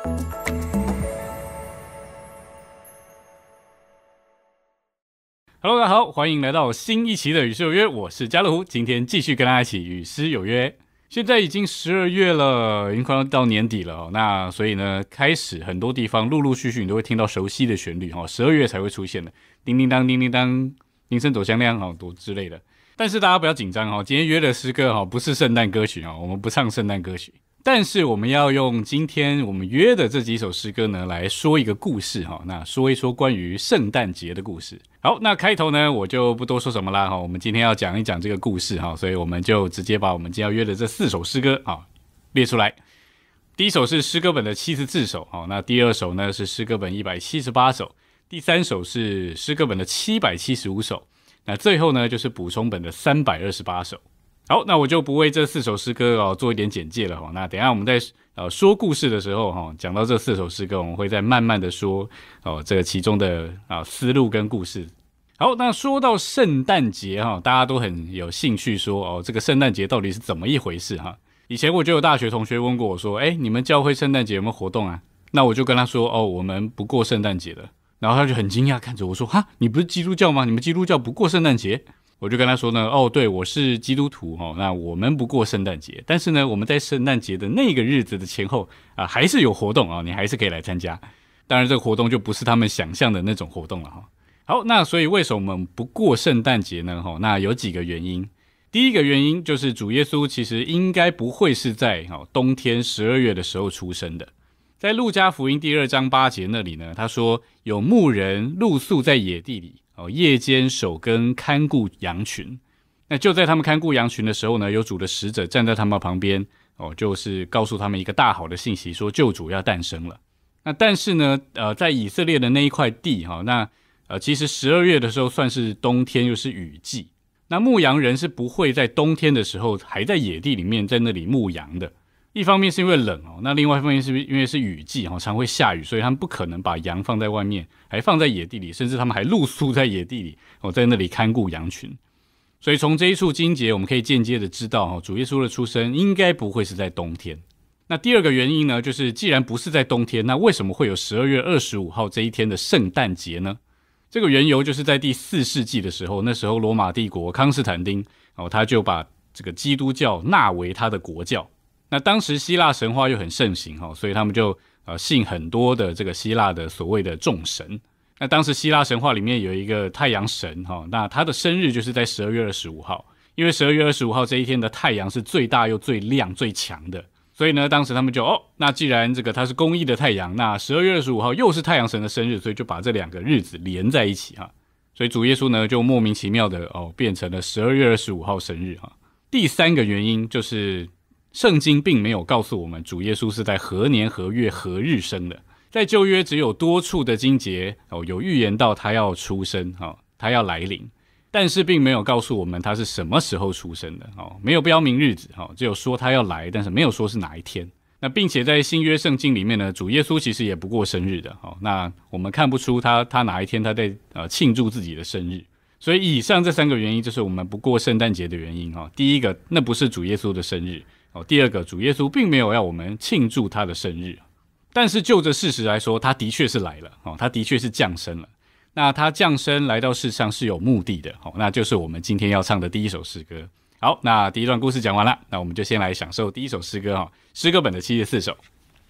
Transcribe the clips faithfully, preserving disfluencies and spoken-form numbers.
Hello， 大家好，欢迎来到新一期的与诗有约，我是家乐福，今天继续跟大家一起与诗有约。现在已经十二月了，已经快要到年底了、哦、那所以呢，开始很多地方陆陆续续你都会听到熟悉的旋律哦，十二月才会出现的，叮叮当，叮叮当，铃声走响亮哦，都之类的。但是大家不要紧张哦，今天约的诗歌哦，不是圣诞歌曲哦，我们不唱圣诞歌曲。但是我们要用今天我们约的这几首诗歌呢，来说一个故事哈。那说一说关于圣诞节的故事。好，那开头呢，我就不多说什么啦哈。我们今天要讲一讲这个故事哈，所以我们就直接把我们今天要约的这四首诗歌啊列出来。第一首是诗歌本的七十四首，好，那第二首呢是诗歌本一百七十八首，第三首是诗歌本的七百七十五首，那最后呢就是补充本的三百二十八首。好，那我就不为这四首诗歌、哦、做一点简介了、哦、那等一下我们在、呃、说故事的时候、哦、讲到这四首诗歌，我们会再慢慢的说、哦、这个其中的、啊、思路跟故事。好，那说到圣诞节、哦、大家都很有兴趣说、哦、这个圣诞节到底是怎么一回事、哈。以前我就有大学同学问过我说，哎，你们教会圣诞节有没有活动啊？那我就跟他说，哦，我们不过圣诞节的。然后他就很惊讶看着我说，哈，你不是基督教吗？你们基督教不过圣诞节？我就跟他说呢，哦，对，我是基督徒哦，那我们不过圣诞节，但是呢，我们在圣诞节的那个日子的前后啊，还是有活动啊，你还是可以来参加。当然，这个活动就不是他们想象的那种活动了哈。好，那所以为什么我们不过圣诞节呢？哈，那有几个原因。第一个原因就是主耶稣其实应该不会是在冬天十二月的时候出生的。在路加福音第二章八节那里呢，他说有牧人露宿在野地里。哦，夜间守更看顾羊群，那就在他们看顾羊群的时候呢，有主的使者站在他们旁边，哦，就是告诉他们一个大好的信息，说救主要诞生了。那但是呢，呃，在以色列的那一块地哈、哦，那呃，其实十二月的时候算是冬天，又是雨季，那牧羊人是不会在冬天的时候还在野地里面在那里牧羊的。一方面是因为冷哦，那另外一方面是因为是雨季哦，常会下雨，所以他们不可能把羊放在外面，还放在野地里，甚至他们还露宿在野地里哦，在那里看顾羊群。所以从这一处经节，我们可以间接的知道哦，主耶稣的出生应该不会是在冬天。那第二个原因呢，就是既然不是在冬天，那为什么会有十二月二十五号这一天的圣诞节呢？这个缘由就是在第四世纪的时候，那时候罗马帝国康斯坦丁哦，他就把这个基督教纳为他的国教。那当时希腊神话又很盛行、哦、所以他们就、呃、信很多的这个希腊的所谓的众神。那当时希腊神话里面有一个太阳神、哦、那他的生日就是在十二月二十五号，因为十二月二十五号这一天的太阳是最大又最亮最强的，所以呢当时他们就哦，那既然这个它是公义的太阳，那十二月二十五号又是太阳神的生日，所以就把这两个日子连在一起、啊、所以主耶稣呢就莫名其妙的、哦、变成了十二月二十五号生日、啊、第三个原因就是圣经并没有告诉我们主耶稣是在何年何月何日生的，在旧约只有多处的经节、哦、有预言到他要出生、哦、他要来临，但是并没有告诉我们他是什么时候出生的、哦、没有标明日子、哦、只有说他要来，但是没有说是哪一天。那并且在新约圣经里面呢，主耶稣其实也不过生日的、哦、那我们看不出他他哪一天他在、呃、庆祝自己的生日。所以以上这三个原因就是我们不过圣诞节的原因、哦、第一个，那不是主耶稣的生日。哦、第二个，主耶稣并没有要我们庆祝他的生日，但是就这事实来说，他的确是来了、哦、他的确是降生了。那他降生来到世上是有目的的、哦、那就是我们今天要唱的第一首诗歌。好，那第一段故事讲完了，那我们就先来享受第一首诗歌、哦、诗歌本的七十四首。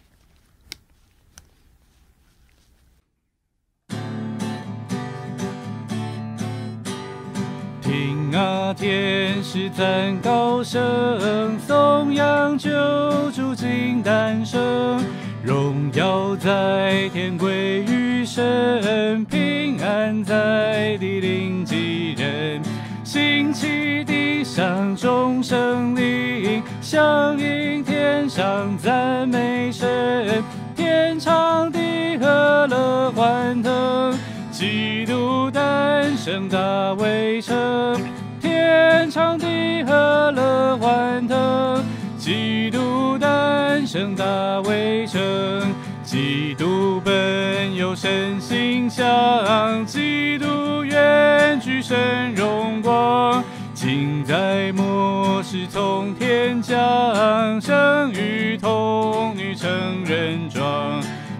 听啊，天使赞高声，颂扬救主今诞生，荣耀在天归于神，平安在地临济人，兴起地上众生灵，响应天上赞美神，天长地和乐欢腾，基督诞生大卫城，天长地和乐欢腾，基督诞生大卫城，基督本有神形象，基督远居神荣光，今在末世从天降，生于童女成人状，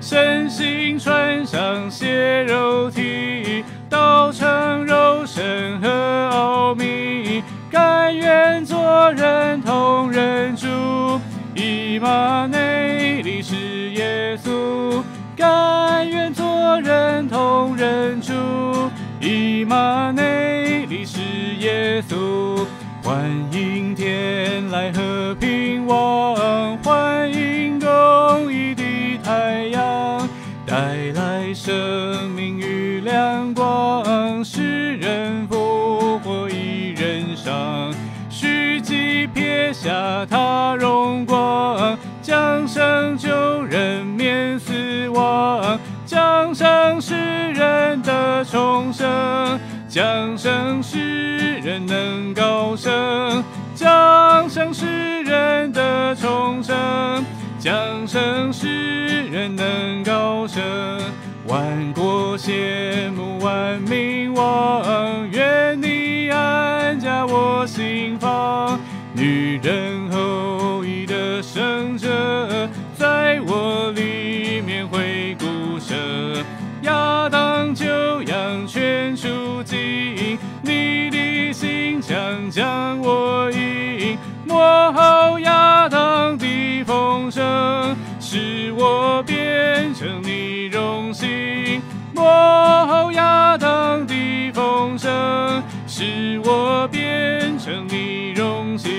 身心穿上血肉体，道成肉身和奥秘，甘愿做人同人主，以马内利是耶稣，甘愿做人同人主，以马内利是耶稣。欢迎天来和平王，欢迎公义的太阳，带来生命与亮光，使人复活一人伤，虚己撇下他荣光，降生救人免死亡，降生使人的重生，降生使人能高升，降生使人的重生，降生使人能高升。万国羡慕万民望，愿你安家我心房，女人后裔的生者，在我里面会鼓声。亚当就养全出境，你的心肠将我引，幕后亚当的风声，使我变成你荣幸。幕后亚当的风声，使我变成你荣幸。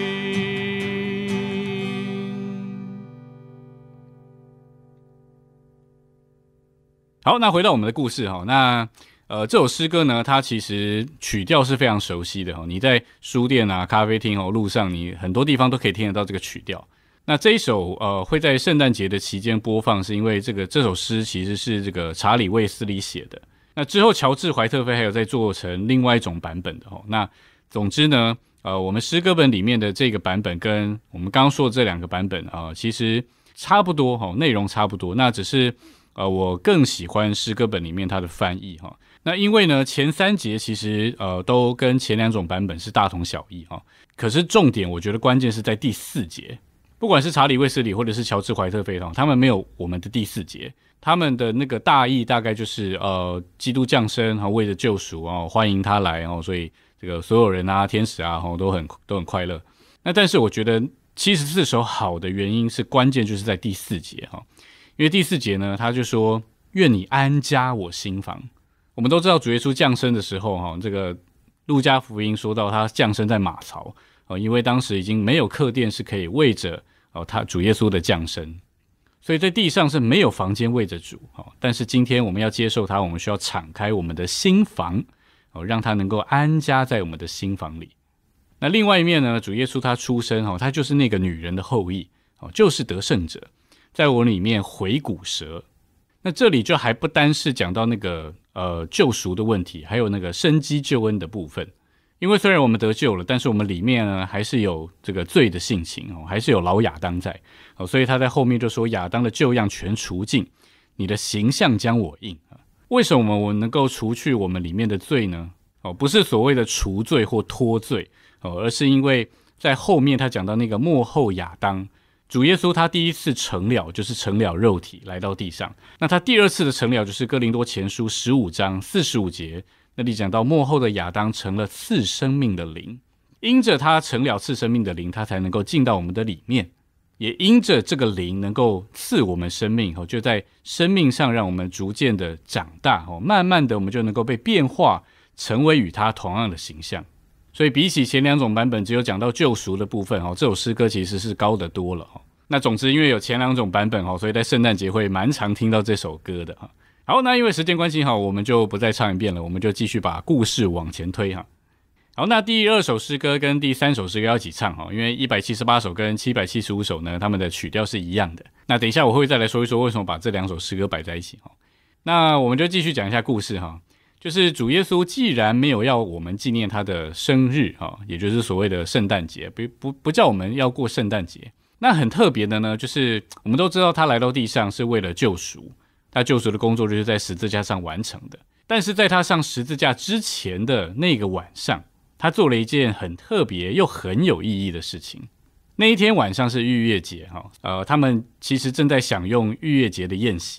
好，那回到我们的故事哈，那呃这首诗歌呢，它其实曲调是非常熟悉的哈，你在书店啊、咖啡厅哦、路上，你很多地方都可以听得到这个曲调。那这一首呃会在圣诞节的期间播放，是因为这个这首诗其实是这个查理卫斯理写的。那之后乔治怀特菲还有在做成另外一种版本的哈。那总之呢，呃我们诗歌本里面的这个版本跟我们刚刚说的这两个版本啊、呃，其实差不多哈，内容差不多，那只是。呃，我更喜欢诗歌本里面它的翻译哈。那因为呢，前三节其实呃都跟前两种版本是大同小异哈。可是重点，我觉得关键是在第四节，不管是查理卫斯理或者是乔治怀特菲哈，他们没有我们的第四节，他们的那个大意大概就是呃，基督降生哈，为了救赎哦，欢迎他来哦，所以这个所有人啊、天使啊都很都很快乐。那但是我觉得七十四首好的原因是关键就是在第四节哈。因为第四节呢，他就说愿你安家我心房。我们都知道主耶稣降生的时候，这个路加福音说到他降生在马槽，因为当时已经没有客店是可以为着他主耶稣的降生，所以在地上是没有房间为着主。但是今天我们要接受他，我们需要敞开我们的心房，让他能够安家在我们的心房里。那另外一面呢，主耶稣他出生，他就是那个女人的后裔，就是得胜者。在我里面回骨蛇，那这里就还不单是讲到那个呃救赎的问题，还有那个生机救恩的部分。因为虽然我们得救了，但是我们里面呢还是有这个罪的性情哦，还是有老亚当在哦，所以他在后面就说亚当的旧样全除尽，你的形象将我印。为什么我能够除去我们里面的罪呢？哦，不是所谓的除罪或脱罪哦，而是因为在后面他讲到那个末后亚当。主耶稣他第一次成了，就是成了肉体来到地上。那他第二次的成了，就是哥林多前书十五章四十五节，那里讲到末后的亚当成了赐生命的灵，因着他成了赐生命的灵，他才能够进到我们的里面，也因着这个灵能够赐我们生命，就在生命上让我们逐渐的长大，慢慢的我们就能够被变化，成为与他同样的形象。所以比起前两种版本只有讲到救赎的部分，这首诗歌其实是高得多了。那总之因为有前两种版本，所以在圣诞节会蛮常听到这首歌的。好，那因为时间关系我们就不再唱一遍了，我们就继续把故事往前推。好，那第二首诗歌跟第三首诗歌要一起唱，因为一百七十八首跟七百七十五首呢，他们的曲调是一样的。那等一下我会再来说一说为什么把这两首诗歌摆在一起。那我们就继续讲一下故事，就是主耶稣既然没有要我们纪念他的生日，也就是所谓的圣诞节，不不不叫我们要过圣诞节。那很特别的呢，就是我们都知道他来到地上是为了救赎，他救赎的工作就是在十字架上完成的。但是在他上十字架之前的那个晚上，他做了一件很特别又很有意义的事情。那一天晚上是逾越节，呃，他们其实正在享用逾越节的宴席。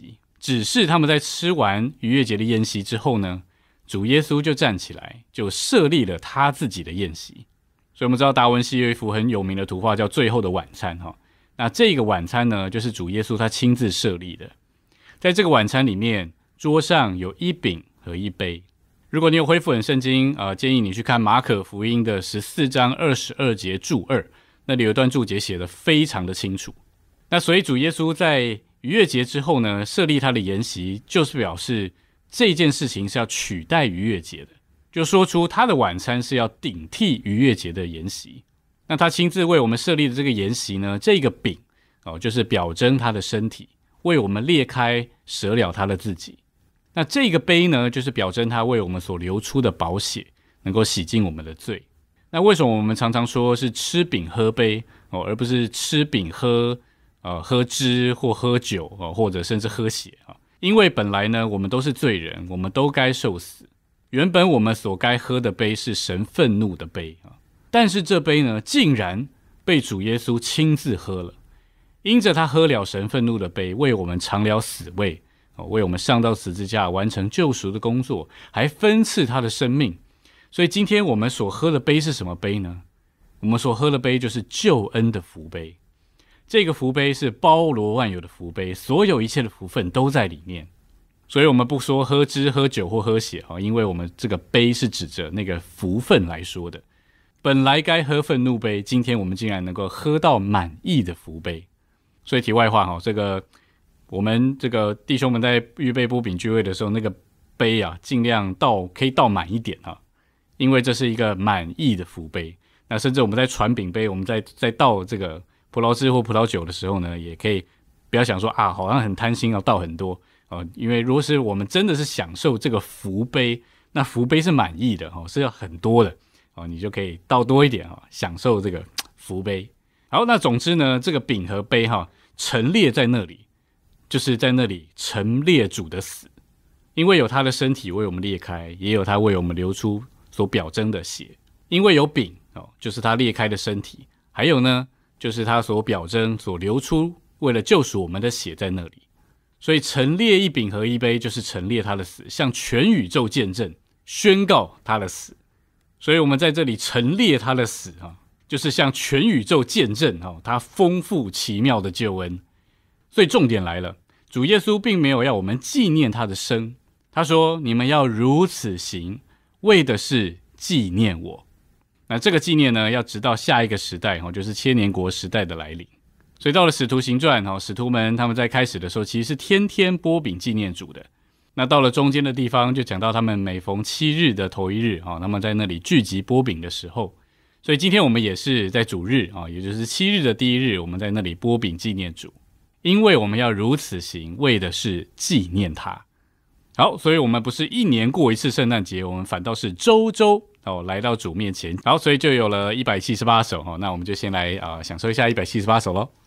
只是他们在吃完逾越节的宴席之后呢，主耶稣就站起来，就设立了他自己的宴席。所以我们知道达文西有一幅很有名的图画叫《最后的晚餐》哈。那这个晚餐呢，就是主耶稣他亲自设立的。在这个晚餐里面，桌上有一饼和一杯。如果你有恢复本圣经，呃，建议你去看马可福音的十四章二十二节注二，那里有一段注解写得非常的清楚。那所以主耶稣在逾越节之后呢，设立他的筵席，就是表示这件事情是要取代逾越节的，就说出他的晚餐是要顶替逾越节的筵席。那他亲自为我们设立的这个筵席呢，这个饼哦，就是表征他的身体，为我们裂开，舍了他的自己。那这个杯呢，就是表征他为我们所流出的宝血，能够洗净我们的罪。那为什么我们常常说是吃饼喝杯哦，而不是吃饼喝呃喝汁或喝酒哦，或者甚至喝血啊？因为本来呢，我们都是罪人，我们都该受死。原本我们所该喝的杯是神愤怒的杯啊。但是这杯呢，竟然被主耶稣亲自喝了，因着他喝了神愤怒的杯，为我们尝了死味，为我们上到十字架完成救赎的工作，还分赐他的生命。所以今天我们所喝的杯是什么杯呢？我们所喝的杯就是救恩的福杯。这个福杯是包罗万有的福杯，所有一切的福分都在里面。所以我们不说喝汁、喝酒或喝血，因为我们这个杯是指着那个福分来说的。本来该喝愤怒杯，今天我们竟然能够喝到满意的福杯。所以题外话，这个我们这个弟兄们在预备波饼聚会的时候，那个杯啊，尽量倒可以倒满一点啊，因为这是一个满意的福杯。那甚至我们在传饼杯，我们在在倒这个葡萄汁或葡萄酒的时候呢，也可以不要想说啊，好像很贪心要倒很多哦、呃，因为如果是我们真的是享受这个福杯，那福杯是满意的哦，是要很多的。哦，你就可以倒多一点哈，享受这个福杯。好，那总之呢，这个饼和杯哈陈列在那里，就是在那里陈列主的死，因为有他的身体为我们裂开，也有他为我们流出所表征的血。因为有饼哦，就是他裂开的身体，还有呢，就是他所表征、所流出为了救赎我们的血在那里。所以陈列一饼和一杯，就是陈列他的死，向全宇宙见证、宣告他的死。所以我们在这里陈列他的死啊，就是向全宇宙见证啊，他丰富奇妙的救恩。所以重点来了，主耶稣并没有要我们纪念他的生，他说你们要如此行，为的是纪念我。那这个纪念呢，要直到下一个时代，就是千年国时代的来临。所以到了使徒行传，使徒们他们在开始的时候其实是天天擘饼纪念主的。那到了中间的地方，就讲到他们每逢七日的头一日，他们在那里聚集擘饼的时候。所以今天我们也是在主日，也就是七日的第一日，我们在那里擘饼纪念主，因为我们要如此行，为的是纪念他。好，所以我们不是一年过一次圣诞节，我们反倒是周周哦来到主面前。好，所以就有了一百七十八首哦，那我们就先来啊、呃、享受一下一百七十八首咯。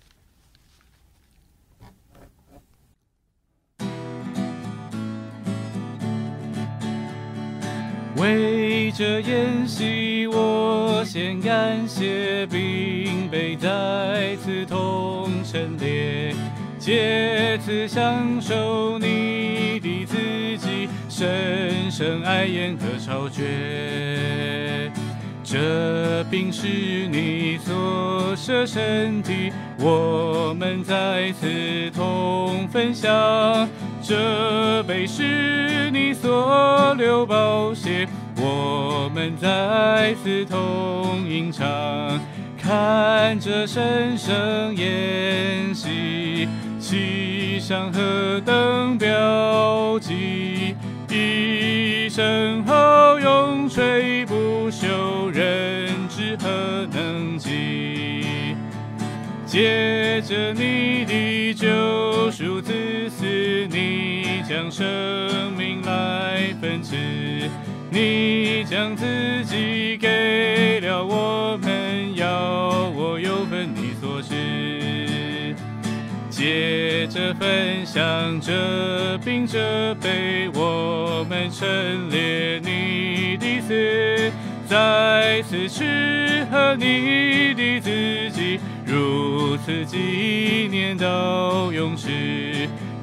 为这宴席，我先感谢，并被再次同陈列，借此享受你的自己深深爱眼和超绝。这饼是你所舍身体，我们在此同分享。这杯是你所流宝血，我们在此同吟唱。看着神圣筵席，其上何等标记，一声号永垂不朽，人之何能及？借着你的救赎赐死，你将生命来分赐，你将自己给了我们，要我有份你所赐。借着分享这饼这杯，我们陈列你的死，在此吃喝你的自己，如此纪念到永世。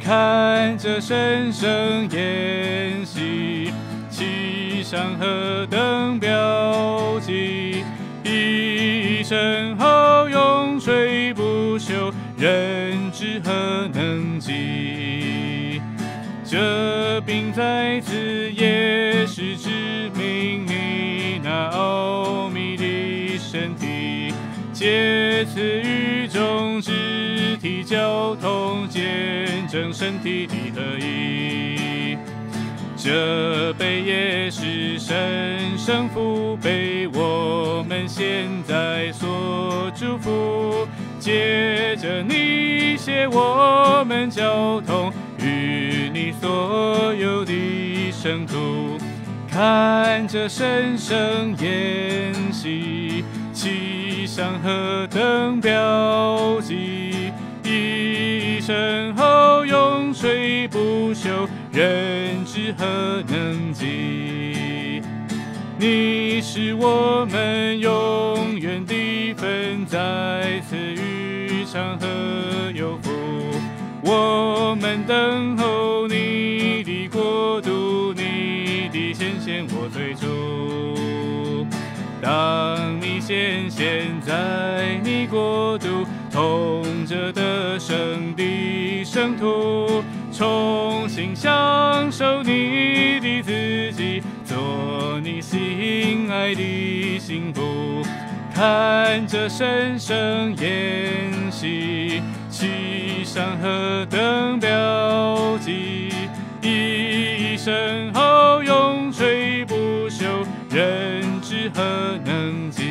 看着神圣筵席，其上何等标记，一身好永垂不朽，人之何能及？这饼在此也是指明你那奥秘的身体，借此与众肢体交通，见证身体的合一。这杯也是神圣父被我们现在所祝福，借着你写我们交通与你所有的圣徒，看着神圣筵席，其上何等标记，一生后永垂不朽，人之何能及？你是我们永远的分，在此与场合有福，我们等候你的国度，你的显现我最初。当你显现在你国度，同着得胜的圣徒，重新享受你的自己，做你心爱的幸福。看着神圣筵席，其上何等标记，一生后永垂不朽，人之何能及？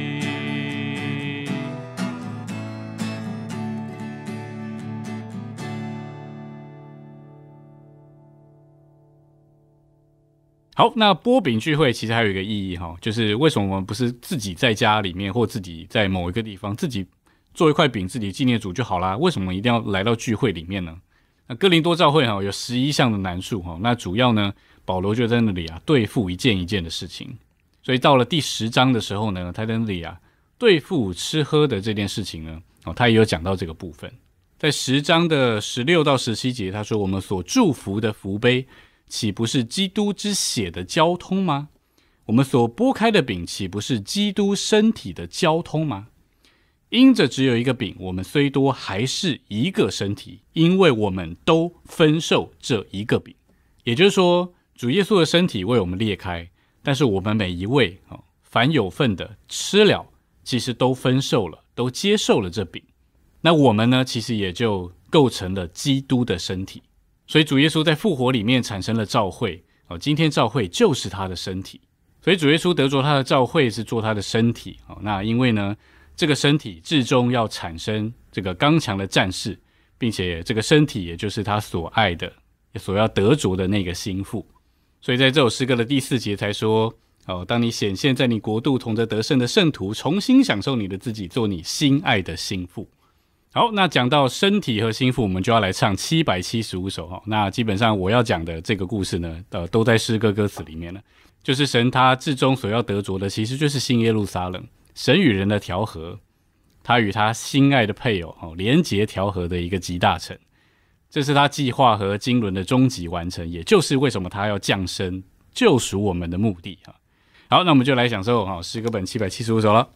好，那擘饼聚会其实还有一个意义哈，就是为什么我们不是自己在家里面或自己在某一个地方自己做一块饼自己纪念主就好啦？为什么一定要来到聚会里面呢？那哥林多教会哈有十一项的难处哈，那主要呢保罗就在那里啊对付一件一件的事情，所以到了第十章的时候呢，他在那里啊对付吃喝的这件事情呢，哦他也有讲到这个部分，在十章的十六到十七节，他说我们所祝福的福杯，岂不是基督之血的交通吗？我们所拨开的饼，岂不是基督身体的交通吗？因着只有一个饼，我们虽多，还是一个身体，因为我们都分受这一个饼。也就是说，主耶稣的身体为我们裂开，但是我们每一位凡有份的吃了，其实都分受了，都接受了这饼。那我们呢，其实也就构成了基督的身体。所以主耶稣在复活里面产生了召会，哦，今天召会就是他的身体。所以主耶稣得着他的召会是做他的身体，哦，那因为呢，这个身体至终要产生这个刚强的战士，并且这个身体也就是他所爱的，所要得着的那个心腹。所以在这首诗歌的第四节才说，哦，当你显现在你国度同着得胜的圣徒，重新享受你的自己，做你心爱的心腹。好，那讲到身体和心腹，我们就要来唱七百七十五首。那基本上我要讲的这个故事呢，呃，都在诗歌歌词里面了。就是神他至终所要得着的，其实就是新耶路撒冷，神与人的调和，他与他心爱的配偶哦连结调和的一个集大成。这是他计划和经纶的终极完成，也就是为什么他要降生救赎我们的目的。好，那我们就来享受诗歌本七百七十五首了。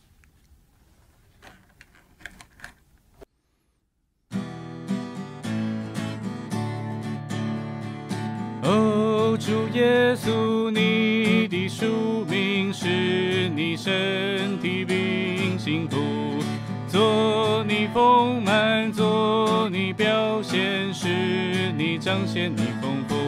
哦，主耶稣，你的属命是你身体并幸福，做你丰满，做你表现，使你彰显你丰富。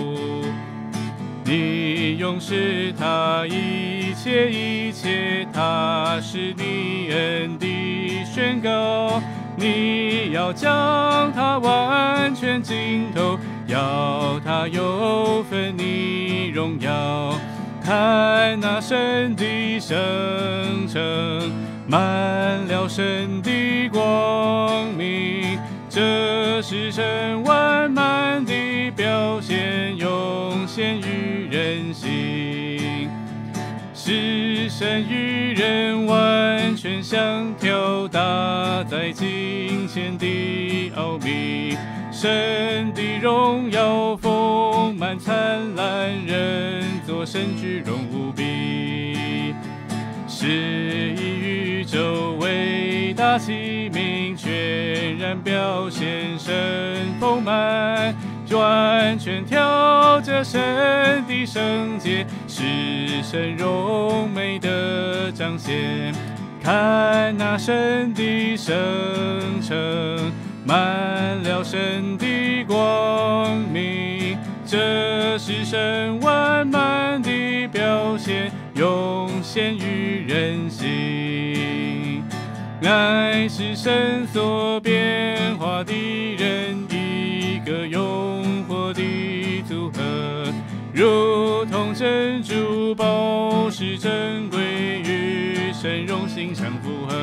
你永是他一切一切，他是你恩的宣告。你要将它完全浸透，要它有份你荣耀。看那神的圣城，满了神的光明，这是神完满的表现，涌现于人心，是神与人完全相调，搭在金钱的奥秘， 神的荣耀丰满灿烂，人作神居荣无比。是以宇宙伟大启明，全然表现神丰满，完全跳着神的圣洁，是神荣美的彰显。看那神的圣城，满了神的光明，这是神完满的表现，涌现于人心。爱是神所变化的人，一个永活的组合，如同珍珠宝石珍贵，与神荣形相符合。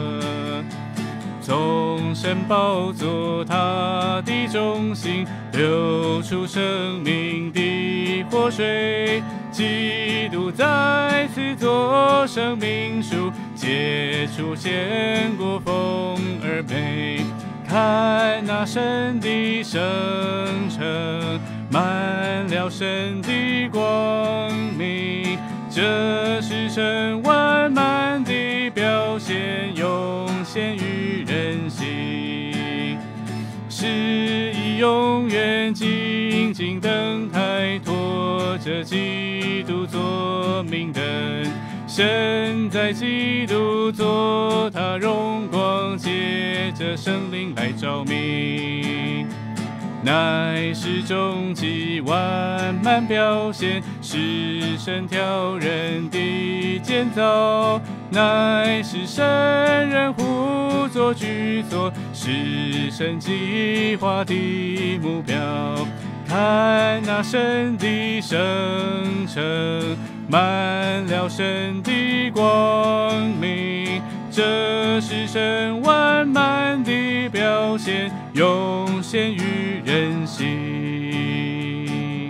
从神宝座他的中心流出生命的活水，基督在此作生命树，结出鲜果丰而美。看那神的圣城，满了神的光明，这是神完满的表现，涌现于人心。是以永远静静等待，拖着基督做明灯，神在基督做他荣光，借着圣灵来照明。乃是终极完满表现，是神挑人的建造，乃是神人互作居所，是神计划的目标。看那神的圣城，满了神的光明，这是神完满的表现，涌现于人心。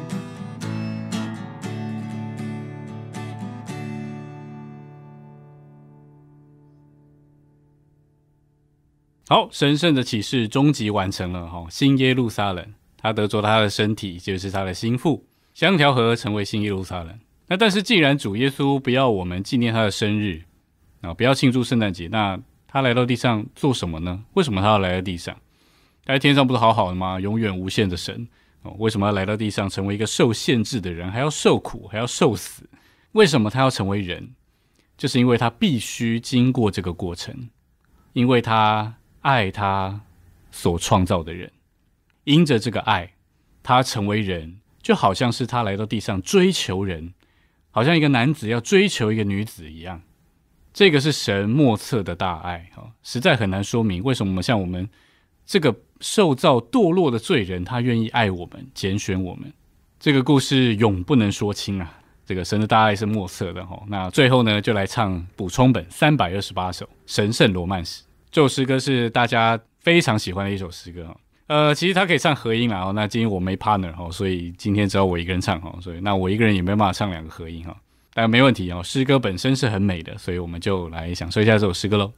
好，神圣的启示终极完成了，新耶路撒冷，他得着他的身体，就是他的心腹，相调和成为新耶路撒冷。那但是既然主耶稣不要我们纪念他的生日，不要庆祝圣诞节，那他来到地上做什么呢？为什么他要来到地上？他在天上不是好好的吗？永远无限的神，为什么要来到地上成为一个受限制的人，还要受苦，还要受死？为什么他要成为人？就是因为他必须经过这个过程，因为他爱他所创造的人，因着这个爱，他成为人，就好像是他来到地上追求人，好像一个男子要追求一个女子一样。这个是神莫测的大爱，实在很难说明为什么像我们这个受造堕落的罪人，他愿意爱我们，拣选我们。这个故事永不能说清啊！这个神的大爱是莫测的。那最后呢，就来唱补充本三百二十八首神圣罗曼史。这首诗歌是大家非常喜欢的一首诗歌。呃，其实他可以唱合音啦，那今天我没 partner， 所以今天只有我一个人唱，所以那我一个人也没办法唱两个合音，但没问题，诗歌本身是很美的，所以我们就来享受一下这首诗歌咯。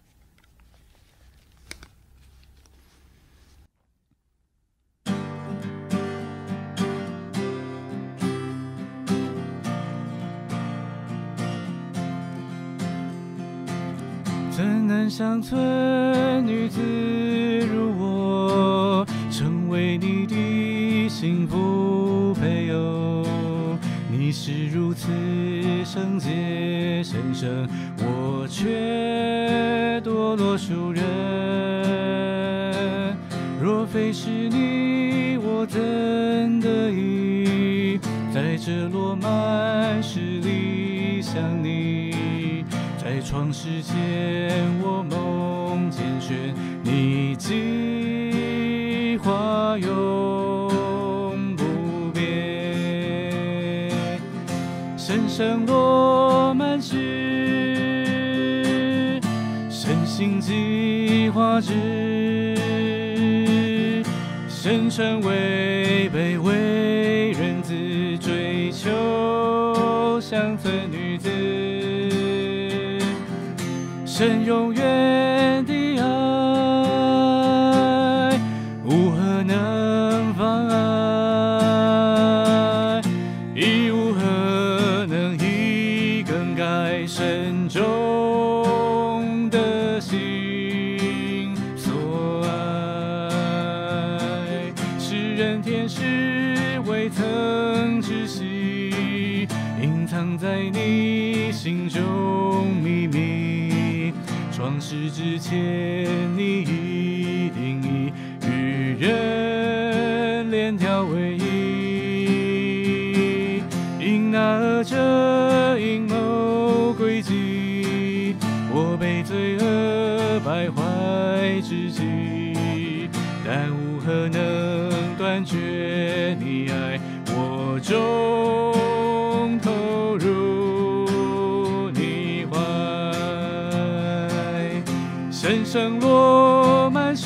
怎能像村女子如我，成为你的幸福配偶？你是如此圣洁神圣，我却堕落属人。若非是你，我怎得以在这落满世里想你？在创世前，我梦见选你计划永不变，神圣罗曼史，神性计划之，神成为卑微人子，追求乡村女子。神永远的爱，无痕能妨碍？亦无何能以更改深中的心所爱？世人天使未曾知悉，隐藏在你心中秘密。创世之前，你一定已与人链条为一，因那这阴谋诡计，我被罪恶败坏至极，但无何能断绝你爱我中投入你怀。声声落满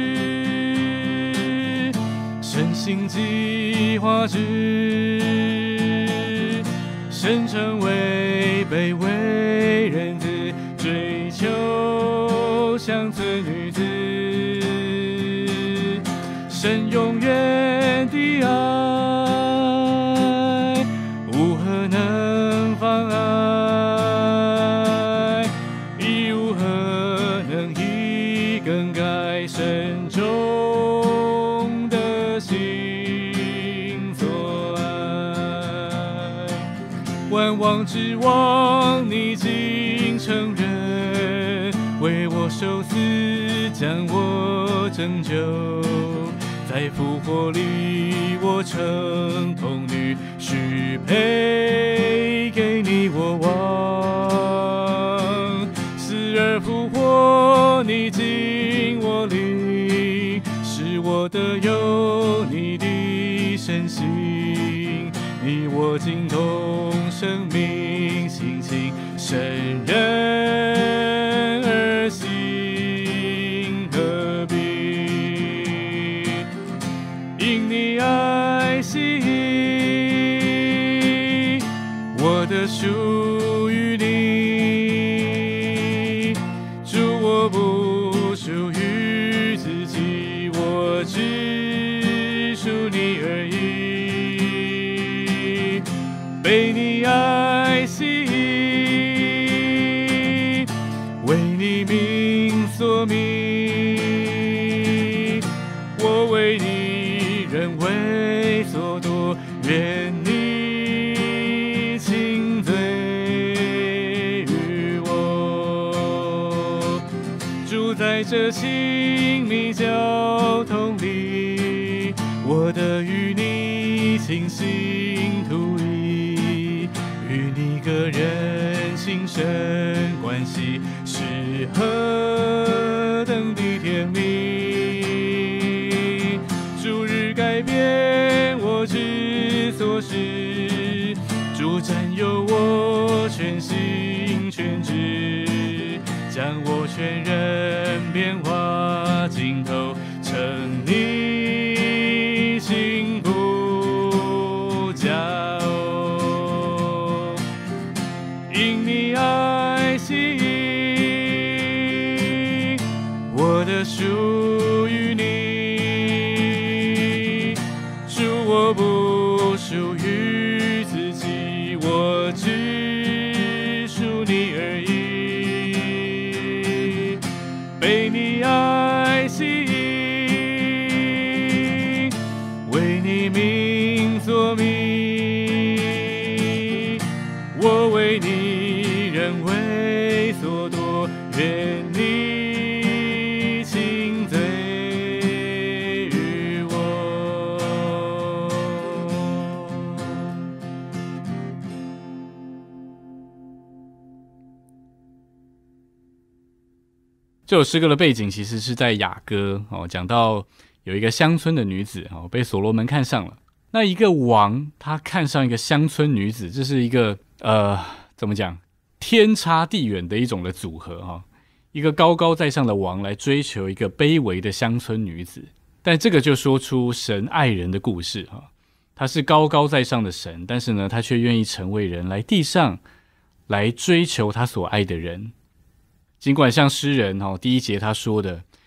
诗，身心计划之，身成为卑微人子，追求乡村女子，神永远的爱，无何能妨碍？亦无何能以更改深中的心所爱？万望之王，你竟承认，为我受死，将我拯救。在复活里，我成童女，许配给你我王。死而复活，你进我灵，使我得有你的身心。你我精通生命性情，生人而心合璧。因你爱惜，我的属于你。主，我不属于自己，我只属你而已。被你爱惜，为你名所觅，我为你人为所夺，愿你亲嘴于我。住在这亲密交通里，我的与你倾心吐意，与你个人心生关系，是何等的甜蜜。逐日改变我之所是，主占有我全心全志，将我全人变化尽头，成你幸福佳偶。因你爱惜，我的属于你。主，我不属于自己，我只属你而已。被你爱惜，为你名所觅，我为你人为所夺，愿你亲嘴于我。这首诗歌的背景其实是在雅歌哦，讲到有一个乡村的女子哦，被所罗门看上了。那一个王他看上一个乡村女子，这是一个呃怎么讲天差地远的一种的组合哈、哦。一个高高在上的王来追求一个卑微的乡村女子，但这个就说出神爱人的故事哈、哦。他是高高在上的神，但是呢，他却愿意成为人来地上来追求他所爱的人。尽管像诗人、哦、第一节他说的，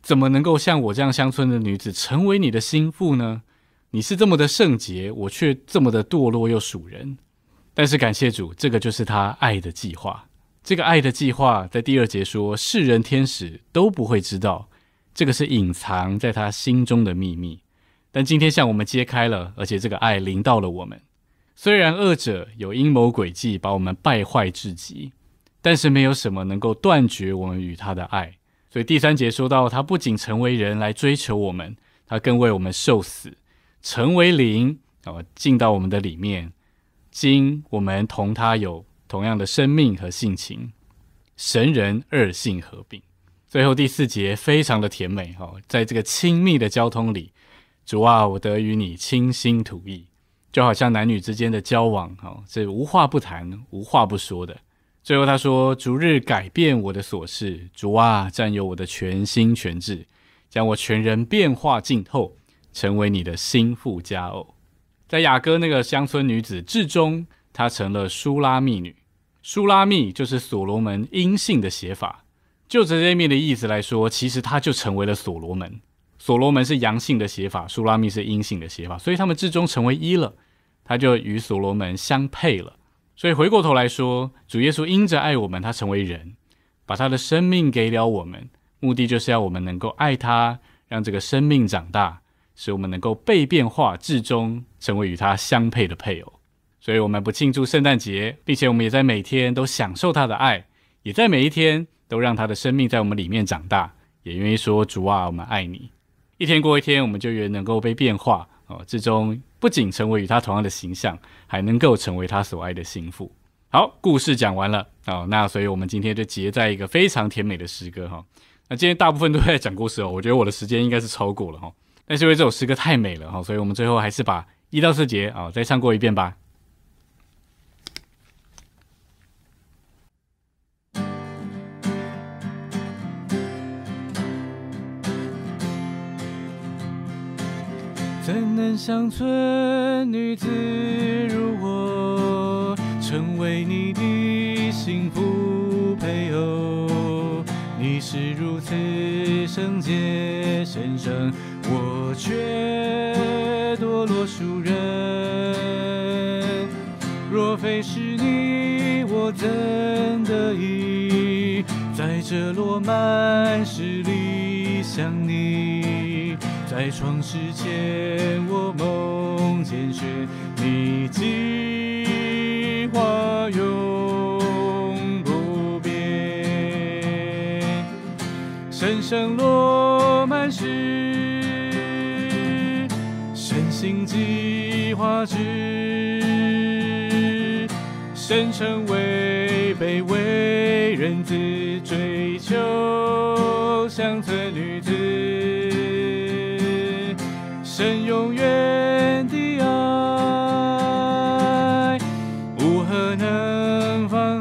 怎么能够像我这样乡村的女子成为你的心腹呢？你是这么的圣洁，我却这么的堕落又属人。但是感谢主，这个就是他爱的计划。这个爱的计划在第二节说，世人天使都不会知道，这个是隐藏在他心中的秘密。但今天向我们揭开了，而且这个爱临到了我们。虽然恶者有阴谋诡计把我们败坏至极，但是没有什么能够断绝我们与他的爱。所以第三节说到，他不仅成为人来追求我们，他更为我们受死，成为灵，哦，进到我们的里面。今我们同他有同样的生命和性情，神人二性合并。最后第四节非常的甜美，哦，在这个亲密的交通里，主啊，我得与你倾心吐意，就好像男女之间的交往，哦，是无话不谈，无话不说的。最后他说，逐日改变我的所事，主啊，占有我的全心全志，将我全人变化浸透，成为你的心腹佳偶。在雅歌那个乡村女子至终，她成了书拉密女。书拉密就是所罗门阴性的写法，就这些面的意思来说，其实她就成为了所罗门。所罗门是阳性的写法，书拉密是阴性的写法，所以他们至终成为一了，他就与所罗门相配了。所以回过头来说，主耶稣因着爱我们，他成为人，把他的生命给了我们，目的就是要我们能够爱他，让这个生命长大，使我们能够被变化，至终成为与他相配的配偶。所以我们不庆祝圣诞节，并且我们也在每天都享受他的爱，也在每一天都让他的生命在我们里面长大，也愿意说，主啊，我们爱你。一天过一天，我们就越能够被变化，哦，至终不仅成为与他同样的形象，还能够成为他所爱的心腹。好，故事讲完了，哦，那所以我们今天就结在一个非常甜美的诗歌，哦，那今天大部分都在讲故事，哦，我觉得我的时间应该是超过了，哦，但是因为这首诗歌太美了，哦，所以我们最后还是把一到四节，哦，再唱过一遍吧。怎能乡村女子如我，成为你的幸福配偶？你是如此圣洁神圣，我却堕落属人。若非是你，我怎得以在这落满世里想你？在创世前，我梦见选你计划永不变，神圣落满时，神性计划之，神成为卑微人子，追求乡村女子。神永远的爱，无何能妨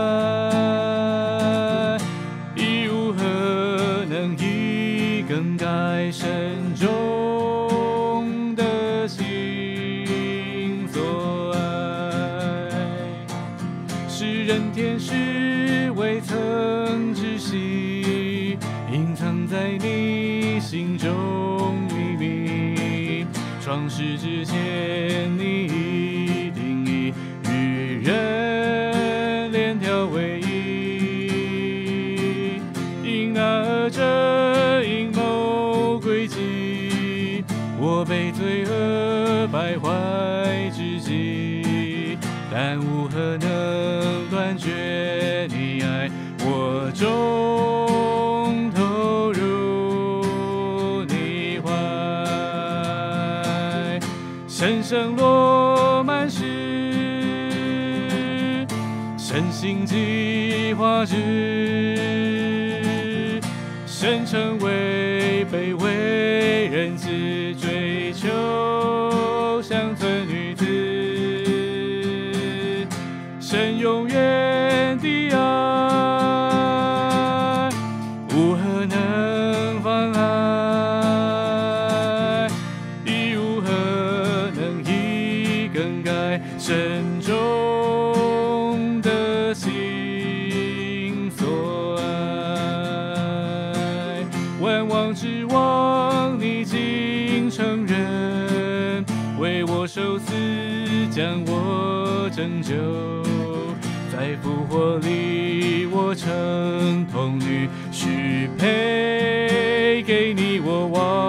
碍，亦无何能以更改神中的心所爱。世人天使未曾知悉，隐藏在你心中秘密。创世之前，你一定已与人连条为一，因那这阴谋诡计，我被罪恶败坏至极，但无何能断绝你爱我中投入你怀。神圣落满时，神性计划之，神成为卑微人子，追求乡村女子。神永远的爱，无何能妨碍，亦无何能以更改神中的心所爱。万望人为我受死，将我拯救，在复活里我成童女，许配给你我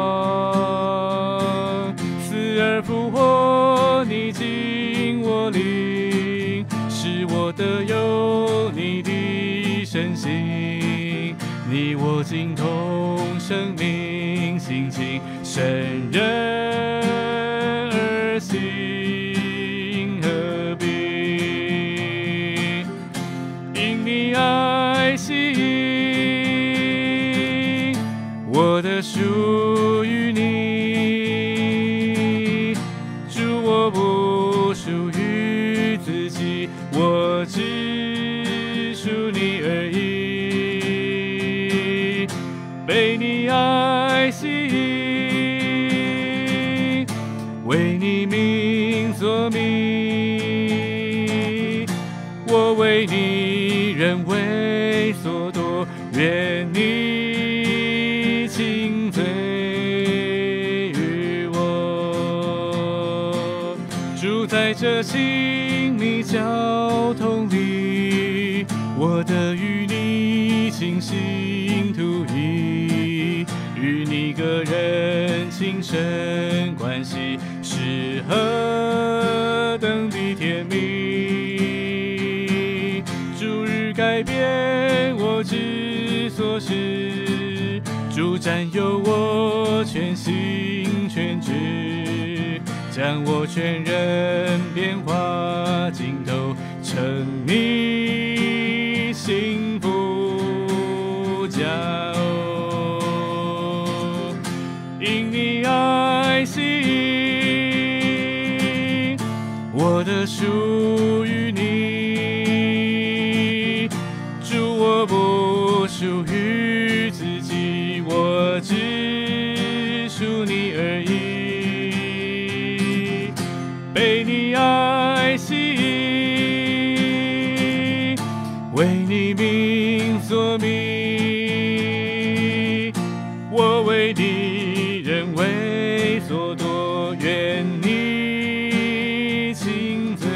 王。死而复活，你进我灵，使我得有你的身心，你我精通生命性情，神人而行合并，因你爱吸引，我的属于你，主我不属于自己，我只属你而已，被你爱吸引，为你名作名，我为你人为所夺，愿你亲嘴于我，住在这亲密交通里，我的与你倾心吐意，与你个人情深关系是何等的甜蜜，主日改变我之所是，主占有我全心全志，将我全人变化尽头，成你幸福家哦，因你爱吸引，我的属于你，主我不属于自己，我只属你而已，被你爱吸引，为你名作名，我为你人为所夺，愿你亲嘴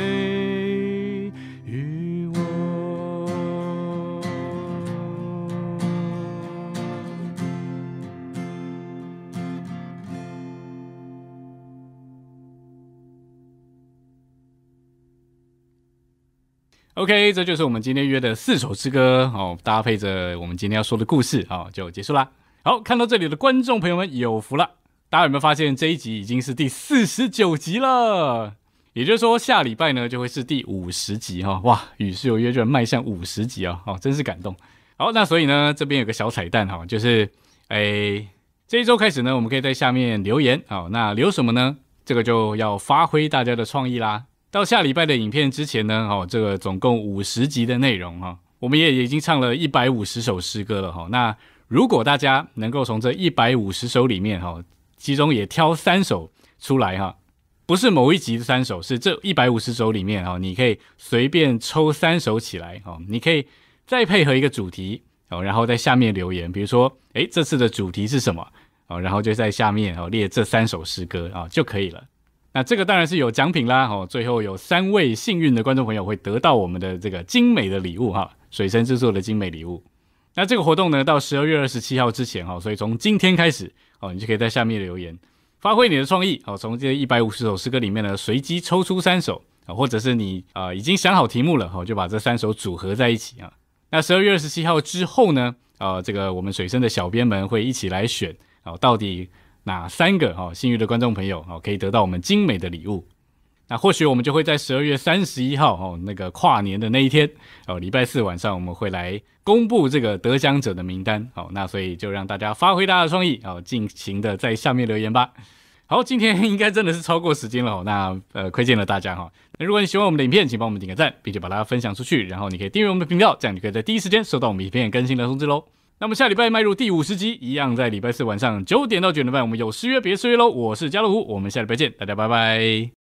于我。OK， 这就是我们今天约的四首诗歌哦，搭配着我们今天要说的故事哦，就结束啦。好，看到这里的观众朋友们有福了，大家有没有发现这一集已经是第四十九集了？也就是说，下礼拜呢就会是第五十集哈、哦！哇，与世有约就迈向五十集啊、哦！哦，真是感动。好，那所以呢，这边有个小彩蛋哈、哦，就是诶，这一周开始呢，我们可以在下面留言哦。那留什么呢？这个就要发挥大家的创意啦。到下礼拜的影片之前呢，哦，这个总共五十集的内容哈、哦，我们也已经唱了一百五十首诗歌了哈、哦。那如果大家能够从这一百五十首里面哈、哦，其中也挑三首出来哈、哦，不是某一集的三首，是这一百五十首里面哈、哦，你可以随便抽三首起来哦，你可以再配合一个主题哦，然后在下面留言，比如说，诶，这次的主题是什么哦，然后就在下面哦列这三首诗歌啊、哦、就可以了。那这个当然是有奖品啦，哦，最后有三位幸运的观众朋友会得到我们的这个精美的礼物哈，水神制作的精美礼物。那这个活动呢，到十二月二十七号之前哈，所以从今天开始哦，你就可以在下面留言，发挥你的创意哦，从这一百五十首诗歌里面呢，随机抽出三首啊，或者是你啊、呃、已经想好题目了哦，就把这三首组合在一起啊。那十二月二十七号之后呢，呃，这个我们水声的小编们会一起来选哦，到底哪三个哦幸运的观众朋友哦可以得到我们精美的礼物？那或许我们就会在十二月三十一号哦那个跨年的那一天哦礼拜四晚上我们会来公布这个得奖者的名单哦，那所以就让大家发挥大家的创意哦，尽情的在下面留言吧。好，今天应该真的是超过时间了哦，那呃亏欠了大家哈、哦。那如果你喜欢我们的影片，请帮我们点个赞，并且把它分享出去，然后你可以订阅我们的频道，这样你可以在第一时间收到我们影片更新的通知喽。那么下礼拜迈入第五十集，一样在礼拜四晚上九点到九点半，我们有失约别失约喽。我是家乐福，我们下礼拜见，大家拜拜。